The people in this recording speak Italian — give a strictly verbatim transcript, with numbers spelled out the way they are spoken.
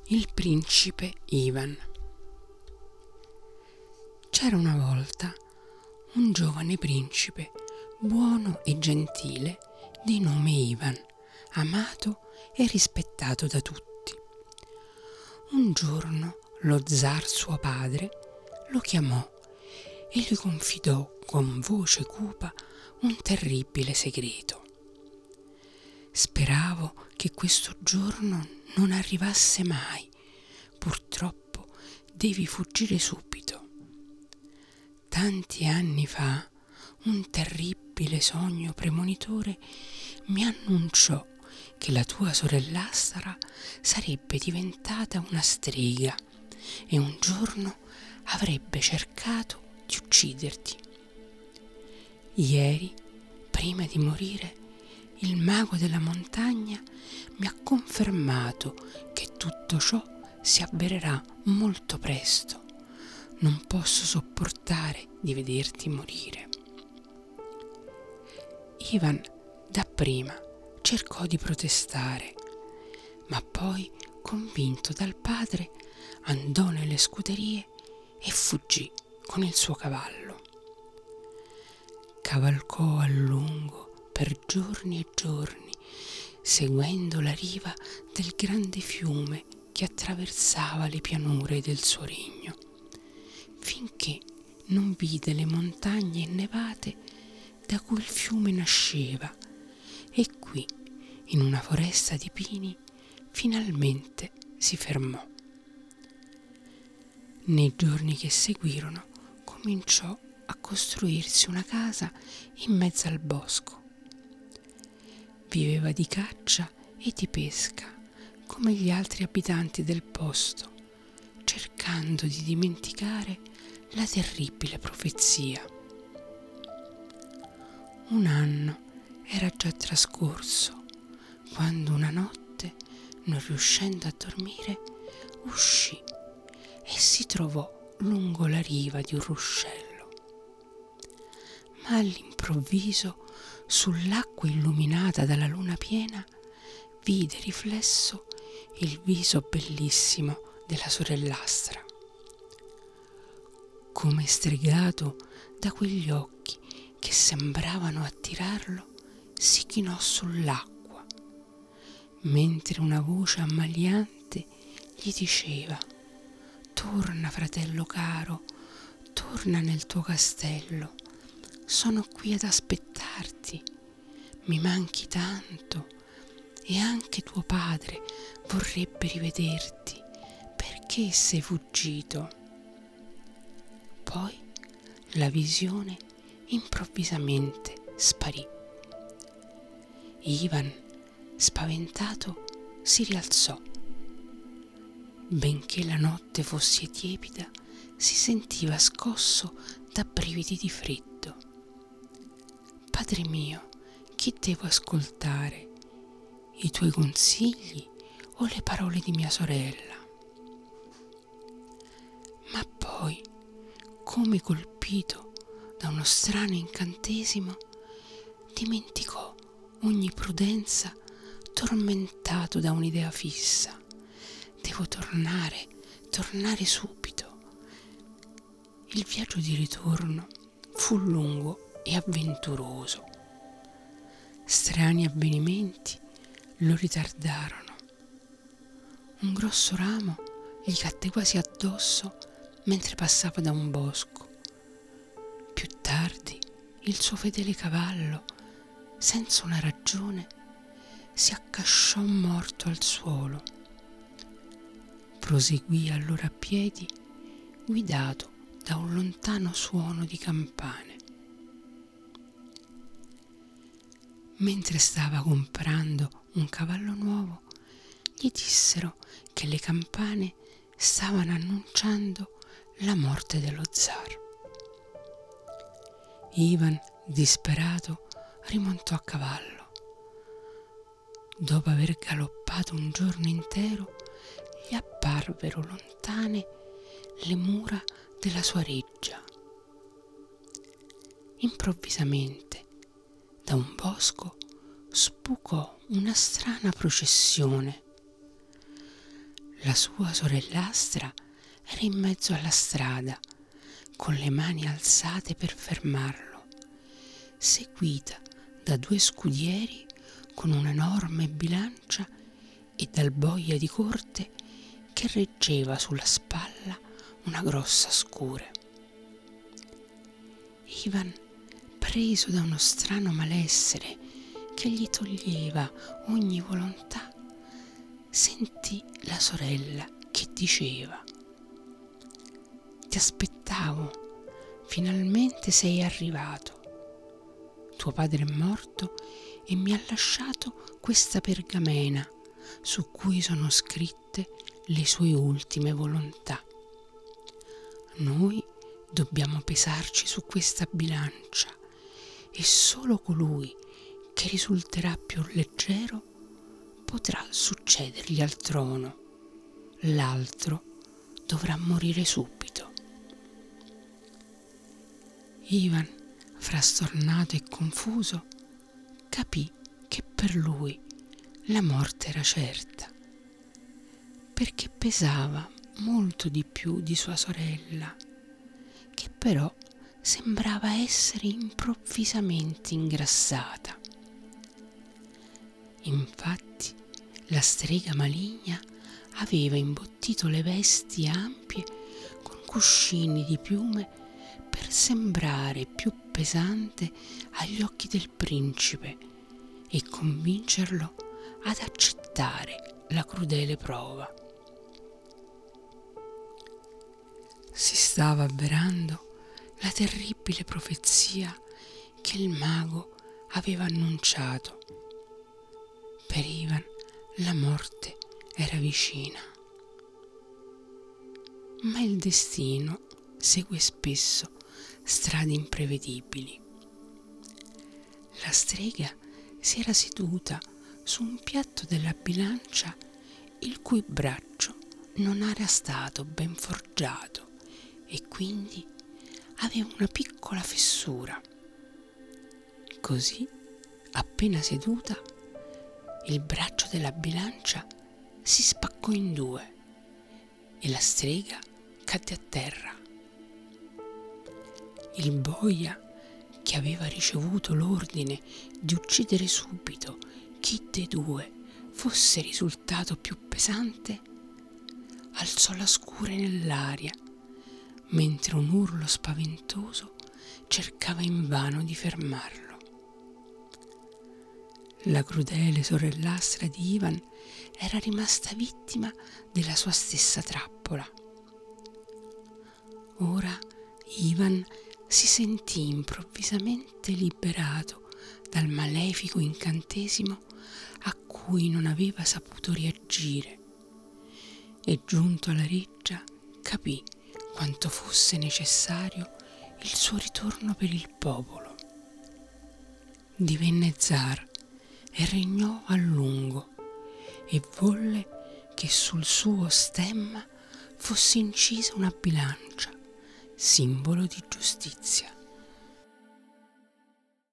Il principe Ivan. C'era una volta un giovane principe, buono e gentile, di nome Ivan, amato e rispettato da tutti. Un giorno lo zar suo padre lo chiamò e gli confidò con voce cupa un terribile segreto. Speravo che questo giorno non arrivasse mai. Purtroppo devi fuggire subito. Tanti anni fa un terribile sogno premonitore mi annunciò che la tua sorellastra sarebbe diventata una strega e un giorno avrebbe cercato di ucciderti. Ieri, prima di morire, il mago della montagna mi ha confermato che tutto ciò si avvererà molto presto. Non posso sopportare di vederti morire. Ivan dapprima cercò di protestare, ma poi, convinto dal padre, andò nelle scuderie e fuggì con il suo cavallo. Cavalcò a lungo per giorni e giorni, seguendo la riva del grande fiume che attraversava le pianure del suo regno, finché non vide le montagne innevate da cui il fiume nasceva e qui, in una foresta di pini, finalmente si fermò. Nei giorni che seguirono cominciò a costruirsi una casa in mezzo al bosco. Viveva di caccia e di pesca come gli altri abitanti del posto, cercando di dimenticare la terribile profezia. Un anno era già trascorso quando una notte, non riuscendo a dormire, uscì e si trovò lungo la riva di un ruscello. Ma all'improvviso, sull'acqua illuminata dalla luna piena, vide riflesso il viso bellissimo della sorellastra. Come stregato da quegli occhi che sembravano attirarlo, si chinò sull'acqua, mentre una voce ammaliante gli diceva: «Torna, fratello caro, torna nel tuo castello. Sono qui ad aspettarti, mi manchi tanto e anche tuo padre vorrebbe rivederti. Perché sei fuggito?» Poi la visione improvvisamente sparì. Ivan, spaventato, si rialzò. Benché la notte fosse tiepida, si sentiva scosso da brividi di freddo. «Padre mio, chi devo ascoltare? I tuoi consigli o le parole di mia sorella?» Ma poi, come colpito da uno strano incantesimo, dimenticò ogni prudenza, tormentato da un'idea fissa. «Devo tornare, tornare subito». Il viaggio di ritorno fu lungo e avventuroso. Strani avvenimenti lo ritardarono. Un grosso ramo gli cadde quasi addosso mentre passava da un bosco. Più tardi il suo fedele cavallo, senza una ragione, si accasciò morto al suolo. Proseguì allora a piedi, guidato da un lontano suono di campane. Mentre stava comprando un cavallo nuovo, gli dissero che le campane stavano annunciando la morte dello zar. Ivan, disperato, rimontò a cavallo. Dopo aver galoppato un giorno intero, gli apparvero lontane le mura della sua reggia. Improvvisamente, da un bosco sbucò una strana processione. La sua sorellastra era in mezzo alla strada, con le mani alzate per fermarlo, seguita da due scudieri con un'enorme bilancia e dal boia di corte che reggeva sulla spalla una grossa scure. Ivan, preso da uno strano malessere che gli toglieva ogni volontà, sentì la sorella che diceva: «Ti aspettavo, finalmente sei arrivato. Tuo padre è morto e mi ha lasciato questa pergamena su cui sono scritte le sue ultime volontà. Noi dobbiamo pesarci su questa bilancia e solo colui che risulterà più leggero potrà succedergli al trono. L'altro dovrà morire subito». Ivan, frastornato e confuso, capì che per lui la morte era certa, perché pesava molto di più di sua sorella, che però sembrava essere improvvisamente ingrassata. Infatti, la strega maligna aveva imbottito le vesti ampie con cuscini di piume per sembrare più pesante agli occhi del principe e convincerlo ad accettare la crudele prova. Si stava avverando la terribile profezia che il mago aveva annunciato. Per Ivan la morte era vicina. Ma il destino segue spesso strade imprevedibili. La strega si era seduta su un piatto della bilancia il cui braccio non era stato ben forgiato e quindi aveva una piccola fessura. Così, appena seduta, il braccio della bilancia si spaccò in due e la strega cadde a terra. Il boia, che aveva ricevuto l'ordine di uccidere subito chi dei due fosse risultato più pesante, alzò la scure nell'aria, mentre un urlo spaventoso cercava invano di fermarlo. La crudele sorellastra di Ivan era rimasta vittima della sua stessa trappola. Ora Ivan si sentì improvvisamente liberato dal malefico incantesimo a cui non aveva saputo reagire e, giunto alla reggia, capì quanto fosse necessario il suo ritorno per il popolo. Divenne zar e regnò a lungo e volle che sul suo stemma fosse incisa una bilancia, simbolo di giustizia.